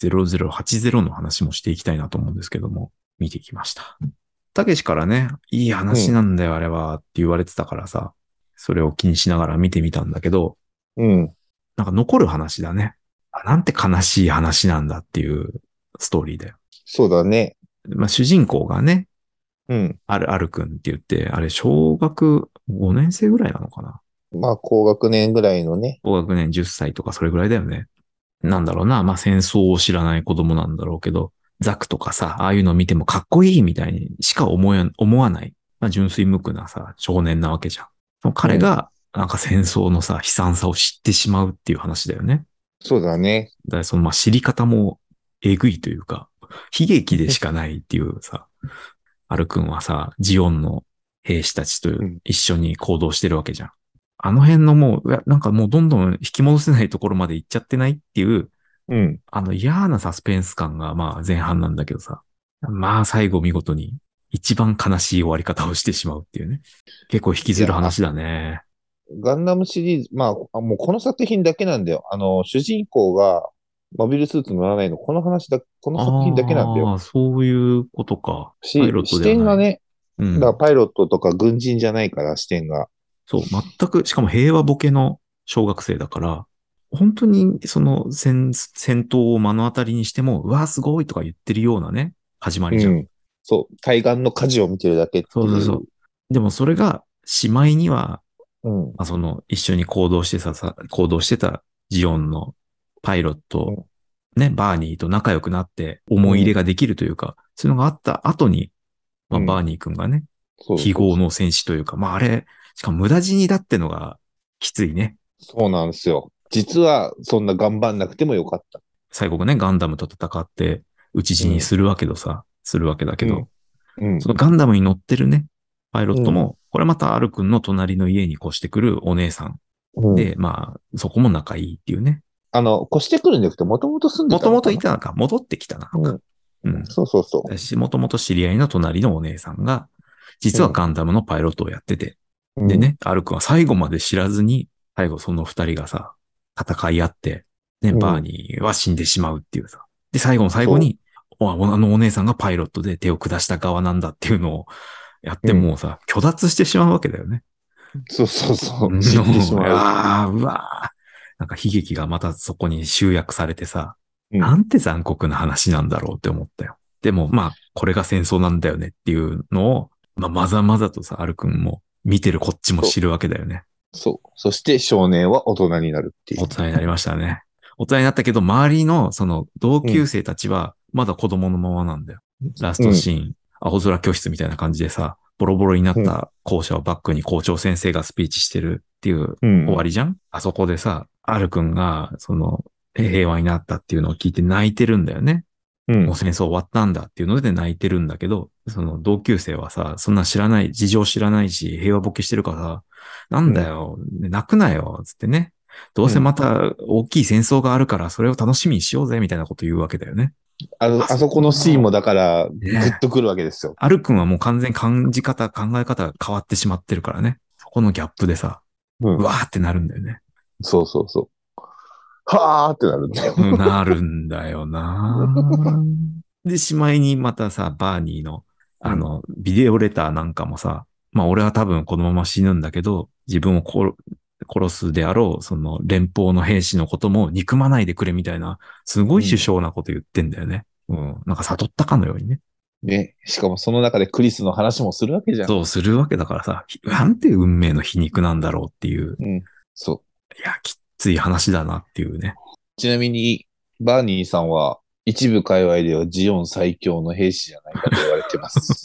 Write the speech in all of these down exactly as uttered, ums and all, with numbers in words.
ゼロゼロはちゼロの話もしていきたいなと思うんですけども、見てきました。たけしからね、いい話なんだよ、あれは、って言われてたからさ、それを気にしながら見てみたんだけど、 うん。 なんか残る話だね。なんて悲しい話なんだっていうストーリーだよ。 そうだね。 まあ、主人公がね、 うん。 ある、あるくんって言って、あれ、小学ごねん生ぐらいなのかな。 まあ、高学年ぐらいのね。 高学年じゅっさいとかそれぐらいだよね。なんだろうな、まあ、戦争を知らない子供なんだろうけど、ザクとかさ、ああいうの見てもかっこいいみたいにしか思え、思わない。まあ、純粋無垢なさ、少年なわけじゃん。そのうん。 彼が、なんか戦争のさ、悲惨さを知ってしまうっていう話だよね。 そうだね。 だからその、まあ、知り方もえぐいというか、悲劇でしかないっていうさ、アル君はさ、ジオンの兵士たちとうん。 一緒に行動してるわけじゃん。あの辺のもう、いやなんかもうどんどん引き戻せないところまで行っちゃってないっていう、 うん。 あの嫌なサスペンス感がまあ前半なんだけどさ、まあ最後見事に一番悲しい終わり方をしてしまうっていうね。結構引きいや、 ずる話だね。 ガンダムシリーズ、まあ、もうこの作品だけなんだよ。あの、主人公がモビルスーツ乗らないの、この話だ、この作品だけなんだよ。 ああ、そういうことか。パイし、 ロット視ではない。 点がね、だからうん。 パイロットとか軍人じゃないから視点が。 そう、全く、しかも平和ボケの小学生だから、本当にその戦、戦闘を目の当たりにしても、うわーすごいとか言ってるようなね、始まりじゃん。 うん。そう、対岸の火事を見てるだけっそうそうそていう。 う。でもそれが、しまいには、 うん。 まあ、その、一緒に行動してさ、さ行動してたジオンのパイロット、 うん。 ね、バーニーと仲良くなって思い入れうん。 ができるというか、そういうのがあった後に、まあ、バーうん。 ニー君がね、 そう非そうそう。 業の戦士というか、まああれ、しかも無駄死にだってのがきついね。 そうなんですよ。実はそんな頑張んなくてもよかった。 最後ね、ガンダムと戦って討ち死にうん。 するわけどさ、するわけだけうん。 ど、 うん。 そのガンダムに乗ってるね、パイロッうん。 トも、これまたアル君の隣の家に越してくるお姉さんうん。 で、まあ、そこも仲いいっていうね。 あの、越してくるんじゃなくて、もともと住んでもともとたのかな。 いたのか、戻ってきたのか。 うん。 うん。 そうそうそ私、もともと知り合いの隣のお姉さんが、 う。うん。 実はガンダムのパイロットをやってて、 うん。 でね、アル君は最後まで知らずに、最後その二人がさ、戦い合って、ね、バーうん。 ニーは死んでしまうっていうさ。で、最後の最後そに、おあのお姉さんがパイロットで手を下した側なんだっていうのをやっう。うん。 てもうさ、虚脱してしまうわけだよね。 そうそうそう。死んでしの、 まう。 ああ、うわーなんか悲劇がまたそこに集約されてさ、 うん。 なんて残酷な話なんだろうって思ったよ。でもまあ、これが戦争なんだよねっていうのを、まあ、まざまざとさ、アルくんも見てるこっちもそう。 知るわけだよね。 そう。そして少年は大人になるっていう。 大人になりましたね。大人になったけど、周りのその同うん。 級生たちはまだ子供のままなんだよ。ラスうん。 トシーン、青空教室みたいな感じでさ、ボロボロになっうん。 た校舎をバックに校長先生がスピーチしてるっていううん。 終わりじゃん。あそこでさ、アルくんが、その、平和になったっていうのを聞いて泣いてるんだよね。 うん。 もう戦争終わったんだっていうので泣いてるんだけど、その同級生はさ、そんな知らない、事情知らないし、平和ボケしてるからさ、なんうん。 だよ、泣くなよ、つってね。どうせうん。 また大きい戦争があるから、それを楽しみにしようぜ、みたいなこと言うわけだよね。 あの、 あそあそこのシーンこの、 もだから、グッね、 とくるわけですよ。 アル君はもう完全に感じ方、考え方が変わってしまってるからね。そこのギャップでさ、 うん。 うわーってなるんだよね。 そうそうそう。はーってなるんだよ。 うんなるんだよな。で、しまいにまたさ、バーニーの、 うん。 あの、ビデオレターなんかもさ、まあ俺は多分このまま死ぬんだけど、自分を殺殺すであろう、その連邦の兵士のことも憎まないでくれみたいな、すごい首うん。 相なこと言ってんだよね。うん。なんか悟ったかのようにね。 ね。しかもその中でクリスの話もするわけじゃん。 そうするわけだからさ、なんて運命の皮肉なんだろうっていう、 うん。そう。 いや、きっつい話だなっていうね。 ちなみに、バーニーさんは、一部界隈ではジオン最強の兵士じゃないかと言われてます。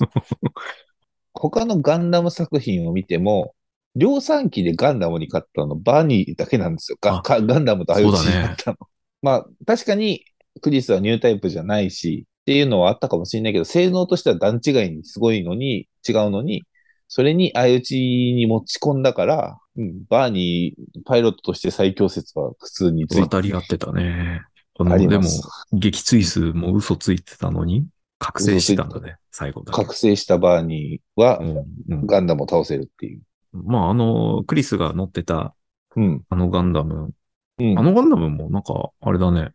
他のガンダム作品を見ても、量産機でガンダムに勝ったのバーニーだけなんですよ。ガ、 あ、 ガガンダムと相打ちになっそうだね。 たの。まあ、確かにクリスはニュータイプじゃないし、っていうのはあったかもしれないけど、性能としては段違いにすごいのに、違うのに、それに相打ちに持ち込んだから、うん、バーニー、パイロットとして最強説は普通につい、 渡り合ってたね。あの、 あります。 でも、撃墜数も嘘ついてたのに、覚醒嘘ついて、 してたんだね、最後だけ。 覚醒したバーニーはうん、うん。 ガンダムを倒せるっていう。 まあ、あの、クリスが乗ってた、 うん。 あのガンダム。 うん。 あのガンダムもなんか、あれだね。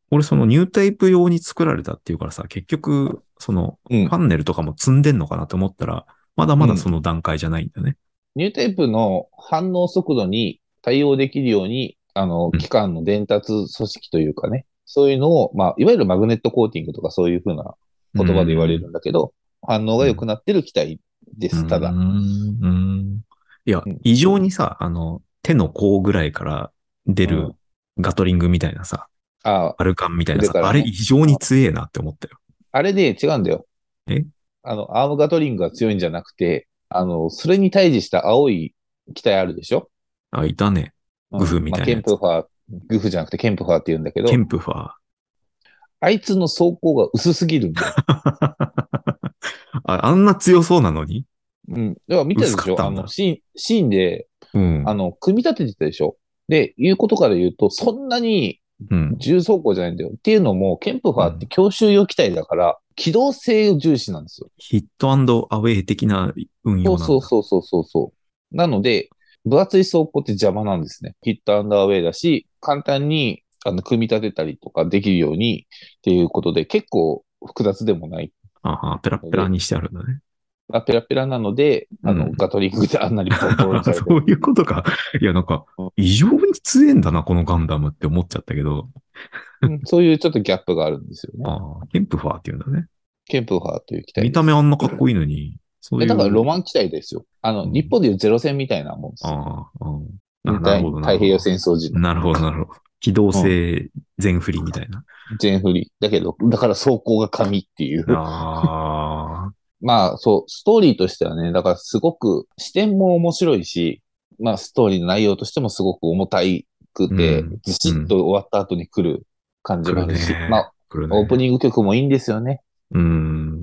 俺そのニュータイプ用に作られたっていうからさ、結局、その、 うん。 ファンネルとかも積んでんのかなと思ったら、まだまだうん。 その段階じゃないんだね。 ニュータイプの反応速度に対応できるように、あの、 うん。 機関の伝達組織というかね、そういうのを、まあ、いわゆるマグネットコーティングとかそういうふうなう言葉で言われん。 るんだけど、反応が良くうん。 なってる機体でうす、ただ。 ん。うん。いや、 うん。 異常にさ、あの、手の甲ぐらいから出るうん。 ガトリングみたいなさ、 ああ、 バルカンみたいなさ、あれ異腕からね。 常に強えなって思ったよ。 あれで違うんだよ。 えあの、アームガトリングが強いんじゃなくて、あの、それに対峙した青い機体あるでしょ？ あ、いたね。グフうん。まあ、ケみたいなやつ。 ンプファー、グフじゃなくてケンプファーって言うんだけど、 ケンプファー。 あいつの走行が薄すぎるんだよ。 あ、あんな強そうなのにうん。だから見てた薄でしょ？あの、 かったんだ。 シーン、シーンで、 うん。 あの、組み立ててたでしょ？で、いうことから言うと、そんなにうん。 重走行じゃないんだよ。っていうのも、ケンプファーってうん。 強襲用機体だから、機動性を重視なんですよ。 ヒットアウェイ的な運そう用なんだ。 そうそうそうそうそう。なので、分厚い走行って邪魔なんですね。ヒットアンダーウェイだし、簡単にあの組み立てたりとかできるようにっていうことで、結構複雑でもないああ、ペラッので、 ペラにしてあるんだね。 まあ、ペラペラなので、あの、 うん。 ガトリングであんなにボロボロにされてる。 そういうことか。いや、なんか、異常に強えんだな、このガンダムって思っちゃったけど。 うん、そういうちょっとギャップがあるんですよね。 ああ、ケンプファーって言うんだね。 ケンプファーという機体見た目あです。 んなかっこいいのに、そうえ、 いう、 だからロマン機体ですよ。あの、日うん、 本でいうゼロ戦みたいなもんですよ。 ああ、うん、あ、 ね、 なるほど、な太太るほど。 平洋戦争時の。 なるほど、なるほど。機動うん。 性全振りみたいな。 全振り。だけど、だから走行が神っていう。 ああ、 まあ、そう、ストーリーとしてはね、だからすごく視点も面白いし、まあ、ストーリーの内容としてもすごく重たいくて、 うん、 ずしっうん。 と終わった後に来る感じ来るもあるし、まね。 あ、 来るね。 オープニング曲もいいんですよね。 うん、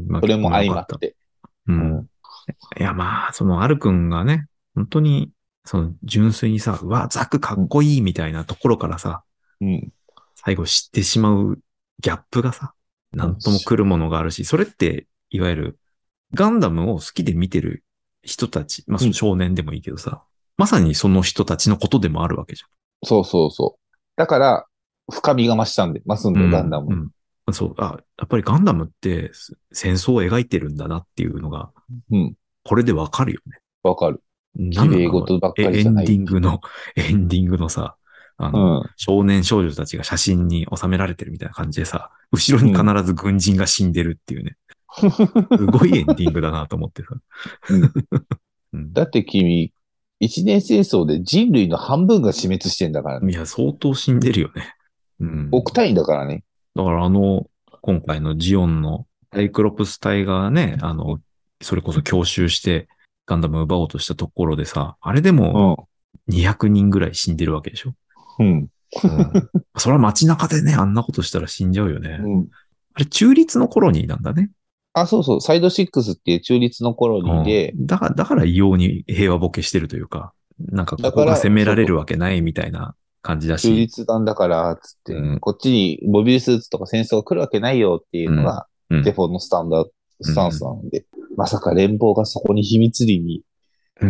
まあ曲それも相も良かった。 まって。 うん。 うん。 いや、まあ、その、アルくんがね、本当に、その、純粋にさ、うわ、ザクかうん。 っこいいみたいなところからさ、 うん。 最後知ってしまうギャップがさ、なんとも来るものがあるし、それって、いわゆる、ガンダムを好きで見てる人たち、まあ、 うん。 少年でもいいけどさ、まさにその人たちのことでもあるわけじそうそうそう。だから、深みが増したんで、増すんゃん。 だよ、 うん、 ガンダム。 うん。そう、あ、やっぱりガンダムって戦争を描いてるんだなっていうのが、 うん。 これでわかるよね。 わかる。綺麗なんなのあの、 事ばっかりエエンデじゃない。 ィングの、エンディングのさ、あの、 うん。 少年少女たちが写真に収められてるみたいな感じでさ、後ろに必うん。 ず軍人が死んでるっていうね、すごいエンディングだなと思ってさ。 うん。 うん。 だって君、一年戦争で人類の半分が死滅してんだからね。 いや、相当死んでるよね。うん。 億単位だからね。 だからあの、今回のジオンのサイクロプス隊がね、あの、それこそ強襲してガンダムを奪おうとしたところでさ、あれでもうん。 にひゃくにんぐらい死んでるわけでしょ。 うん。 うん。それは街中でね、あんなことしたら死んじゃうよね。 うん。 あれ中立のコロニーなんだね。 あ、そうそう。サイドシックスっていう中立のコロうん。 ニーで、 だから、だから異様に平和ボケしてるというか、なんかここがだから、 攻められるそうそう。 わけないみたいな感じだ中し、 立なんだから、つって、 うん、 こっちにモビルスーツとか戦争が来るわけないよっていうん、 うのが、 うん、 デフォのスタンダード、スタンスうん、 なので、まさか連邦がそこに秘密裏にうん、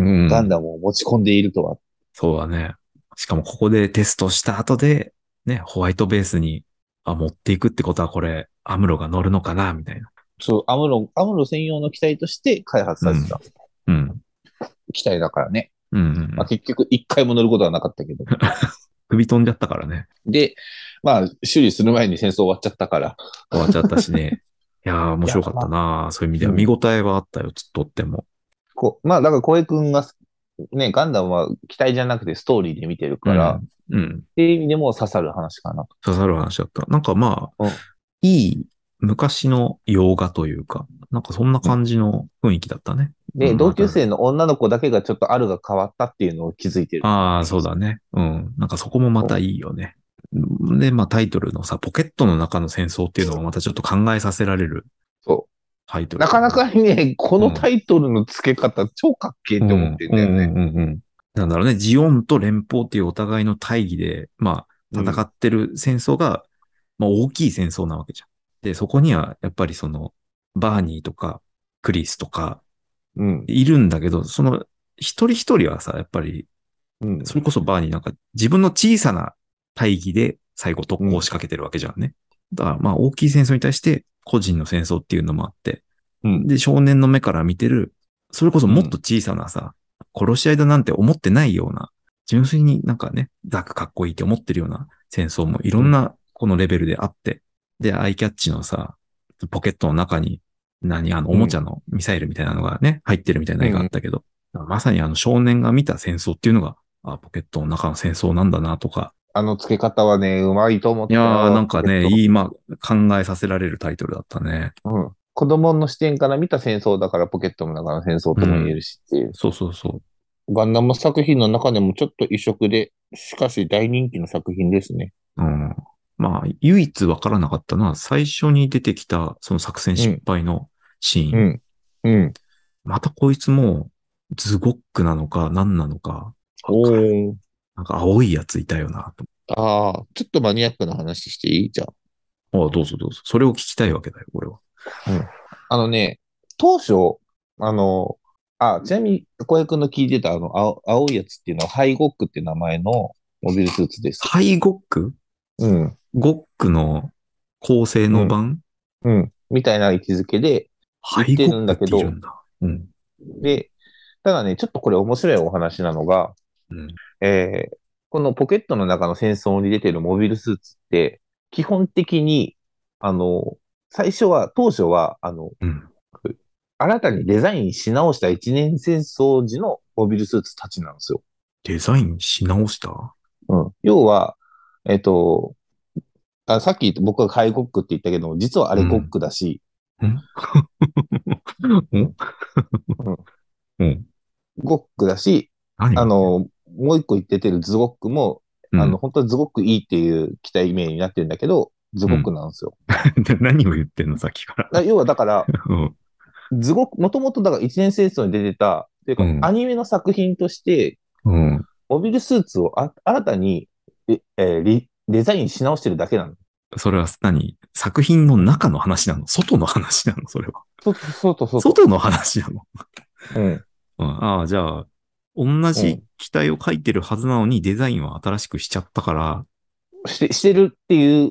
ガンダムを持ち込んでいるとは。 そうだね。しかもここでテストした後で、ね、ホワイトベースに、あ、持っていくってことはこれ、アムロが乗るのかなみたいな。 そう、アムロ、アムロ専用の機体として開発うん、 されてたうん、 機体だからね。 うん、うまあ、 ん。 結局一回も乗ることはなかったけど。 首飛んじゃったからね。 で、まあ、修理する前に戦争終わっちゃったから。 終わっちゃったしね。いやー、面いや、 白かったまあ、 なそういう意味では見うん。 応えはあったよ、つっとっても。 こう、まあ、だから小江くんが、ね、ガンダムは機体じゃなくてストーリーで見てるから、っうん、うん。 ていう意味でも刺さる話かなと。 刺さる話だった。なんかまあ、 うん。 いい昔の洋画というか、なんかそんなうん。 感じの雰囲気だったね。うで、 ん、また。 同級生の女の子だけがちょっとあるが変わったっていうのを気づいてるのがああ、 いいです。 そうだね。うん。なんかそこもまたそう。 いいよね。で、まあタイトルのさ、ポケットの中の戦争っていうのもまたちょっと考えさせられるそうなかなタイトルだよね。 かにね、こうん。 のタイトルの付け方超かっけえって思っうん、うん、 てんだよね。 うん、うん。うんなんだろうね。ジオンと連邦っていうお互いの大義で、まあ、戦うん。 ってる戦争が、まあ大きい戦争なわけじゃん。で、そこにはやっぱりその、バーニーとか、クリスとか、 うん。 いるんだけど、その、一人一人はさ、やっぱり、 うん。 それこそバーニーなんか自分の小さな大義で最後特攻を仕掛けてるわけじゃんね。だからまあ大きい戦争に対して個人の戦争っていうのもあって、 うん。 で、少年の目から見てる、それこそもっと小さなさ、殺し合いだなんて思ってないような、純粋になんかね、ザクかっこいいって思ってるような戦争もいろんなこのレベルであって、で、アイキャッチのさ、ポケットの中に、何、あの、おもちゃのミサイルみたいなのがね、入ってるみたいな絵があったけど、まさにあの少年が見た戦争っていうのが、あ、ポケットの中の戦争なんだなとか、 あの付け方はね、うまいと思っいやーなたよ、 んかね、 ポケット。 いい、まあ、考えさせられるタイトルだったね。 うん。子供の視点から見た戦争だからポケットの中の戦争とも言えうん。 るしっていう。 そうそうそう。 ガンダム作品の中でもちょっと異色で、しかし大人気の作品ですね。 うん。まあ、唯一わからなかったのは、最初に出てきた、その作戦失うん、 敗のシーン。 うん、うん。 またこいつも、ズゴックなのか、何なのか、わからん。 おー。 なんか青いやついたよな、と。 ああ、ちょっとマニアックな話していいじゃん。 ああ、どうぞどうぞ。それを聞きたいわけだよ、俺は。 うん。あのね、当初、あの、あ、ちなみに、小平君の聞いてたあの青、青いやつっていうのは、ハイゴックっていう名前のモビルスーツです。 ハイゴックうん、 ゴックの高性うん、 能版うん。みたいな位置づけでハ言ってるんイゴックっだけど、 ているんだ。うん。 で、ただね、ちょっとこれ面白いお話なのが、 うん。 えーこのポケットの中の戦争に出てるモビルスーツって、基本的に、あの、最初は、当初は、あの、 うん。 新たにデザインし直した一年戦争時のモビルスーツたちなんですよ。 デザインし直したうん。要は、えっと、あ、さっき言った僕がハイゴックって言ったけど、実はあれゴッうん。 クだし、 んんうん、 うん。 ゴックだし、あ何の、もう一個言っててるズゴックも、あの、 うん。 本当はズゴックいいっていう機体名になってるんだけど、ズゴックうん。 なんですよ。 で何を言ってんのさっきかだら。 要はだから、 うん。 ズゴック、もともとだから一年戦争に出てた、というか、アうん。 ニメの作品として、 うん。 モビルスーツをあ新たにえ、えーリデザインし直してるだけなの。 それは何作品の中の話なの外の話なのそれは。 そうそうそうそうそ外の話なの、 う。うん。 うん、ああ、じゃあ、同じうん。 機体を描いてるはずなのにデザインは新しくしちゃったから、 して、してるっていう、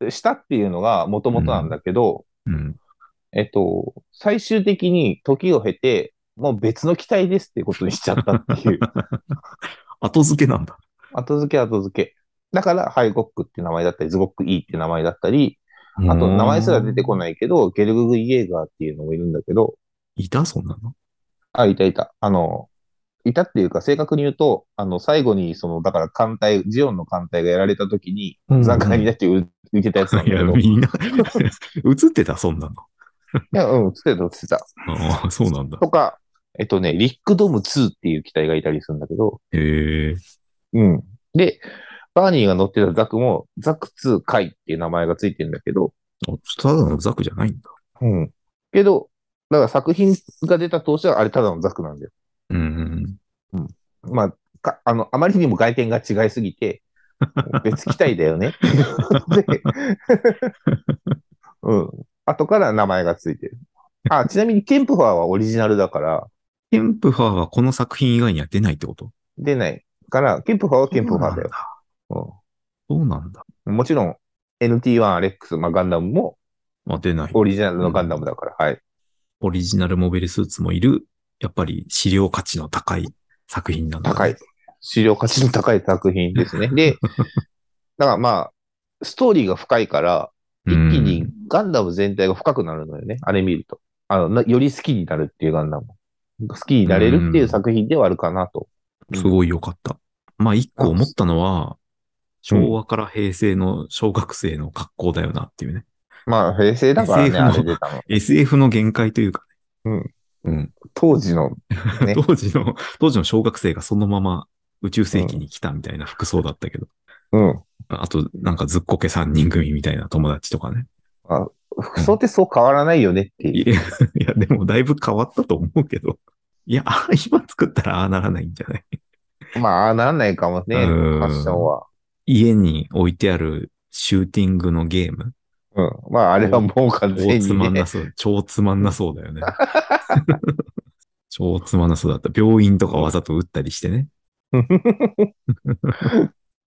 したっていうのがもともとなんうん。 だけど、 うん。 えっと、最終的に時を経て、もう別の機体ですっていうことにしちゃったっていう。 後付けなんだ。 後付け後付け。だから、ハイゴックって名前だったり、ズゴック E って名前だったり、 うあと名前すらー出てこん。 ないけど、ゲルググイエーガーっていうのもいるんだけど、 いたそんなのあ、いたいた。あの、いたっていうか、正確に言うと、あの、最後に、その、だから艦隊、ジオンの艦隊がやられた時に、 うんうん。 残骸になって浮いてたやつなんいや、 だけど、 みんな映ってた、そんなの。 いや、うん、つってた、つってた。 ああ、そうなんだ。 とか、えっとね、リックドムツーっていう機体がいたりするんだけど、 へえ。 うん。で、バーニーが乗ってたザクも、ザクツーカイっていう名前がついてるんだけど、 あただのザクじゃないんだ。 うん。けど、だから作品が出た当初はあれただのザクなんだよ。 うん。 うん。まあ、か、あの、あまりにも外見が違いすぎて、別機体だよねっていうので、うん。後から名前がついてる。あ、ちなみにケンプファーはオリジナルだから、 ケンプファーはこの作品以外には出ないってこと出ないから、ケンプファーはそケンプファーだよ。 うなんだ。 うそうなんだ。 ん。もちろん、エヌティーワンアレックス、まあ、ガンダムもまあ出ない。 オリジナルのガンダうん。 ムだから、はい。 オリジナルモビルスーツもいる、やっぱり資料価値の高い作品なんだ高い。 ね。 資料価値の高い作品ですね。で、だからまあ、ストーリーが深いから、 う一気にん。 ガンダム全体が深くなるのよね。あれ見ると。あの、なより好きになるっていうガンダム。好きにうなれるっていうん。 作品ではあるかなと。うん。 すごい良かった。まあ一個あ、 思ったのは、 うん。 昭和から平成の小学生の格好だよなっていうね。 まあ、平成だからね、 エスエフ のあれ出たの。 エスエフ の限界というかうん。 ね。うん。 当時のね。 当時の、当時の小学生がそのまま宇宙うん。 世紀に来たみたいな服装だったけど。 うん。 あと、なんかずっこけさんにん組みたいな友達とかね。 あ、服うん。 装ってそう変わらないよねっていう。 いや、いやでもだいぶ変わったと思うけど。いや、あ今作ったらああならないんじゃないまあ、なんないかもうね、ファッションーん。 は。 家に置いてあるシューティングのゲーム。 うん。まあ、あれは超、 もう完超つ全にね。 まんなそう。超つまんなそうだよね。超つまんなそうだった。病院とかわざと撃ったりしてね。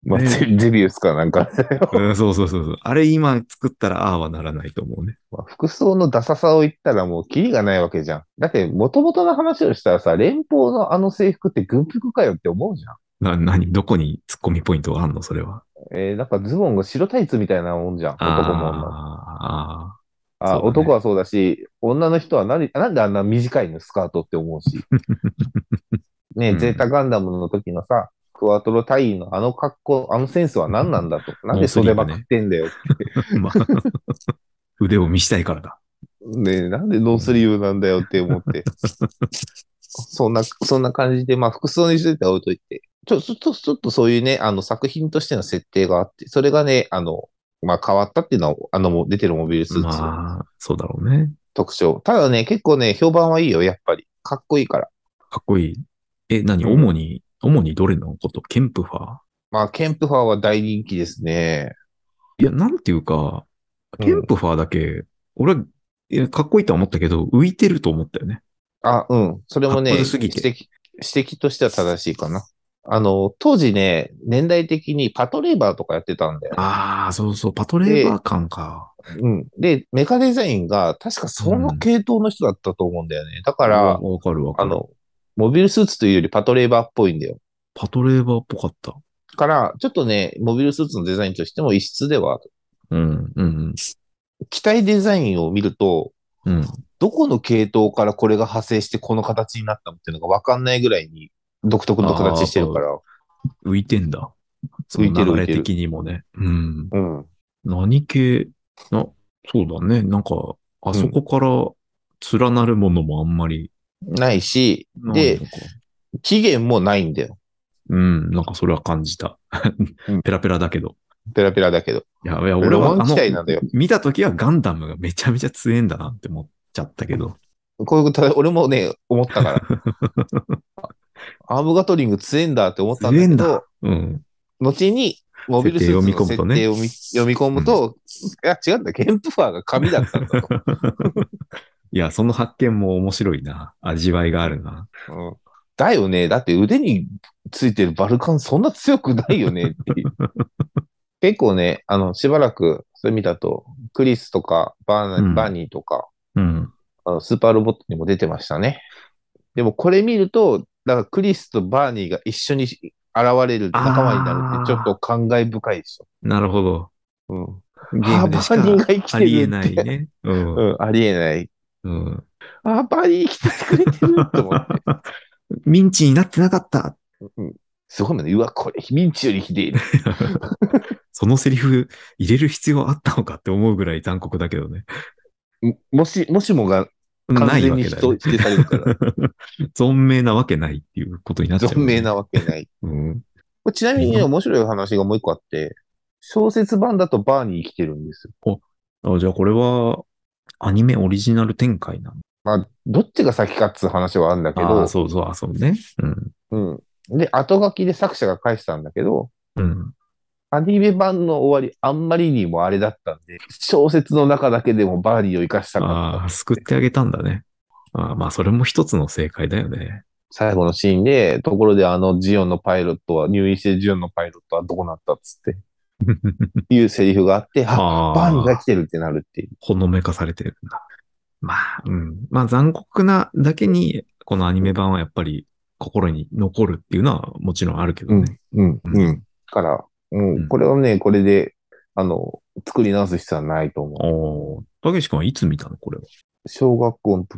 まあ、 ねゼゼビウスかなんかだよ。 うん、そうそうそうそう。あれ今作ったらああはならないと思うね。 まあ服装のダサさを言ったらもうキリがないわけじゃん。だって元々の話をしたらさ、連邦のあの制服って軍服かよって思うじゃん。 な、なに、どこに突っ込みポイントがあんのそれは。 えー、なんかズボンが白タイツみたいなもんじゃん。男も女も。 ああ、 あ、 そうだね。 男はそうだし、女の人は何、なんであんな短いのスカートって思うし。ね、ゼータうん。 ガンダムの時のさ、クワトロ隊員のあの格好、あのセンスは何なんだと。なんノーで袖まくっスリーブね。 てんだよ。 まあ、腕を見したいからだ。 ね、なんでノースリうん。 ーブなんだよって思って。そんな、そんな感じで、まあ、服装については置いといて。ちょ、ちょっと、ちょっとそういうね、あの、作品としての設定があって、それがね、あの、まあ、変わったっていうのは、あの、もう出てるモビルスーツのまあ、そうだろうね。 特徴。ただね、結構ね、評判はいいよ、やっぱり。かっこいいから。 かっこいい。え、何うん。 主に、主にどれのことケンプファー？ まあ、ケンプファーは大人気ですね。 いや、なんていうか、 うん。 ケンプファーだけ、俺、いやかっこいいとは思ったけど、浮いてると思ったよね。 あ、うん。それかっこよもね、 すぎて。 指摘、指摘としては正しいかな。あの、当時ね、年代的にパトレーバーとかやってたんだよね。 ああ、そうそう、パトレーバで、 ー感か。 うん。で、メカデザインが確かそのうん。 系統の人だったと思うんだよね。だかわ、 ら、 わかるわかる。 あの、モビルスーツというよりパトレーバーっぽいんだよ。 パトレーバーっぽかった。 から、ちょっとね、モビルスーツのデザインとしても異質ではある。 うん、うん、 機体デザインを見ると、 うん。 どこの系統からこれが派生してこの形になったのっていうのがわかんないぐらいに独特のああ、 形やっぱしてるから、 浮いてんだ。そ浮いてるの流れ浮いてる。 的にもね。うん。 うん。 何系な、そうだね。なんか、あうん。 そこから連なるものもあんまりないし、で、 ないのか。 期限もないんだよ。 うん、なんかそれは感じた。 うん。 ペラペラだけど。 ペラペラだけど。 いや、いや、俺ロマンはあの、 機体なんだよ。 見たときはガンダムがめちゃめちゃ強えんだなって思っちゃったけど。 こういうこと、俺もね、思ったから。アームガトリング強えんだって思ったん強えんだ。 だけど、 うん。 後に、モビルスーツ設定読みの設込むとね。 定を見読み込うん。 むと、いや、違うんだ、ケンプファーが紙だったんだと。 いや、その発見も面白いな。味わいがあるな。 うん、だよね。だって腕についてるバルカンそんな強くないよねっていう。結構ね、あの、しばらく、それ見たと、クリスとかバーナ、バーうん。 ニーとか、 うん。 あのスーパーロボットにも出てましたね。でもこれ見ると、だからクリスとバーニーが一緒に現れる仲間になるってちょっとあ感慨深いでしょ。 ー、なるほど。 うん。 ゲームああ、バーニーでしかが生きてありえるって。 ないね。うん。 うん、ありえない。 うん。 ああ、バーニー生きててくれてると思って。 ミンチになってなかった。 うん、すごいもんね。うわ、これ、ミンチよりひでえな。 そのセリフ入れる必要あったのかって思うぐらい残酷だけどね。 もし、もしもが完ない全に人わけだよね。 否定されるから、 存命なわけないっていうことになっちゃうよね。 存命なわけない。 うん。 これちなみにね、面白い話がもう一個あって、小説版だとバーニー生きてるんですよ。 お、あ、じゃあこれはアニメオリジナル展開なの？ まあ、どっちが先かっつう話はあるんだけああ、 ど、 そうそう、あ、そうね。うん。 うん。で、後書きで作者が返したんだけど、 うん。 アニメ版の終わり、あんまりにもあれだったんで、小説の中だけでもバーニーを生かしたかったっああ、 つって。 救ってあげたんだね。ああ、まあ、それも一つの正解だよね。 最後のシーンで、ところであのジオンのパイロットは、入院してるジオンのパイロットはどこなったっつって、いうセリフがあって、あ、バーニーがああ、 来てるってなるっていう。 ほのめかされてるんだ。まあ、うん。まあ、残酷なだけに、このアニメ版はやっぱり心に残るっていうのはもちろんあるけどね。 うん、うん、 うん。 うん。から、うん、 うん。 これはね、これで、あの、作り直す必要はないと思う。 おー、たけし君はいつ見たのこれは？ 小学校の時。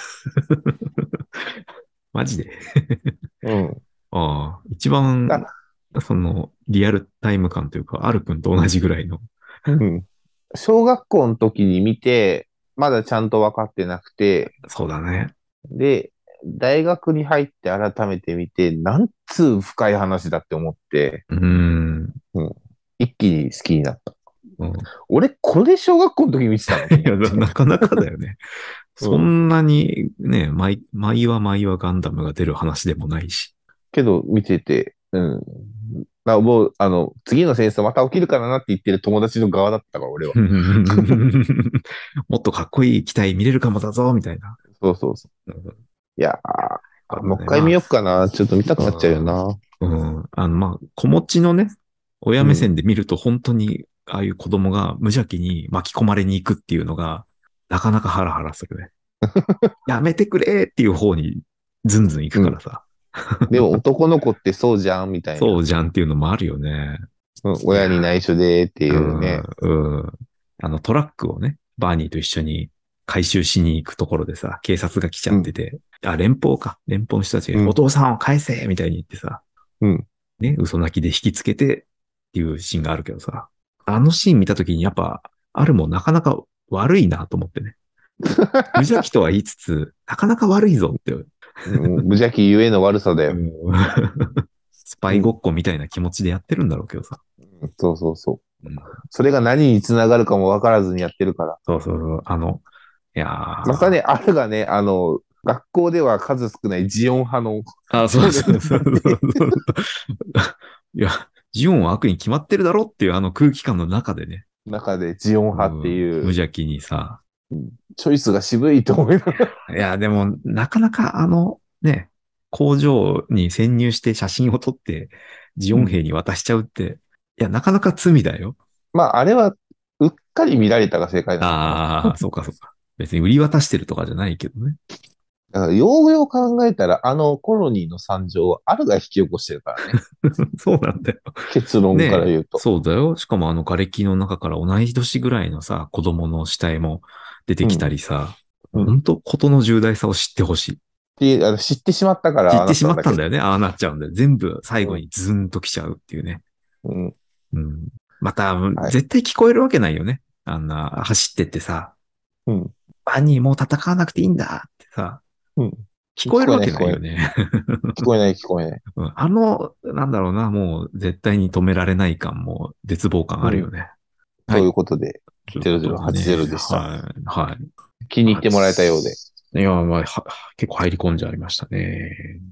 マジで？ うん。 ああ、一番、 あ、 その、リアルタイム感というか、アル君と同じぐらいの。 うん。小学校の時に見て、まだちゃんと分かってなくて、 そうだね。 で、大学に入って改めて見て、なんつう深い話だって思って、 うーん。 うん。一気に好きになった。 うん、 俺、これ小学校の時見てたのといや、な思って。 なかなかだよね。 うん。 そんなにね、毎、毎は毎はガンダムが出る話でもないし。 けど、見てて、うん。あ、もう、あの、次の戦争また起きるからなって言ってる友達の側だったから、俺は。 もっとかっこいい機体見れるかもだぞ、みたいな。 そうそうそう。 うん、 いやー、 そうだね。 もう一回見まよっかな。ちょっと見たくなっちゃうよあ、 な。 うん、うん。あの、まあ、子持ちのね、 親目線で見ると本当に、ああいう子供が無邪気に巻き込まれに行くっていうのが、なかなかハラハラするね。やめてくれっていう方にずんずん行くうん。 からさ。 でも男の子ってそうじゃんみたいな。 そうじゃんっていうのもあるよね。 うん、 いや親に内緒でってー、ういうん、 ね。 うん。あのトラックをね、バーニーと一緒に回収しに行くところでさ、警察が来ちゃうん、 ってて、あ、連邦か。連邦の人たちが、おうん、 父さんを返せみたいに言ってさ、 うん。 ね、嘘泣きで引きつけてっていうシーンがあるけどさ、あのシーン見たときにやっぱ、あるもんなかなか悪いなと思ってね。無邪気とは言いつつ、なかなか悪いぞって。ううん、無邪気ゆえの悪さだよ。 んスパイごうん。 っこみたいな気持ちでやってるんだろうけどさ。 そうそうそう。 うん、 それが何につながるかも分からずにやってるから。 そうそうそう。あの、いやー、 またね、あれがね、あの、学校では数少ないジオン派のあ、そう少年そうそうなんで、 そうそう。いや、ジオンは悪に決まってるだろっていうあの空気感の中でね、 中でジオンう派ってん、 いう、 無邪気にさ、 チョイスが渋いと思いながら。 いや、でも、なかなかあの、ね、工場に潜入して写真を撮って、ジオンうん。 兵に渡しちゃうって、いや、なかなか罪だよ。 まあ、あれは、うっかり見られたが正解なのかな。 ああ、そうかそうか。別に売り渡してるとかじゃないけどね。 だから、ようよう考えたら、あのコロニーの惨状は、あるが引き起こしてるからね。 そうなんだよ。 結論からねえ、 言うと。 そうだよ。しかもあの瓦礫の中から同い年ぐらいのさ、子供の死体も出てきたうん。 りさ、 うん。 本当事の重大さを知ってほしい。 で、あの知ってしまったから、ああな知ってしったんだけど。 まったんだよね。ああなっちゃうんだよ。全部最後うん。 にズーンと来ちゃうっていうね。 うん。 うん。また、 はい。 絶対聞こえるわけないよね。あんな、走ってってさ、 うん。 バニーもう戦わなくていいんだってさ、 うん。 聞こえ聞こえない、 るわけない聞こえない。 よね。 聞こえない、聞こえない。 うん、あの、なんだろうな、もう絶対に止められない感も絶望感うん。 あるよね。はというい。 ことで、 ということでね、 ゼロゼロはちゼロでした。 はい、はい。 気に入ってもらえたようで。 いや、まあ、は結構入り込んじゃいましたね。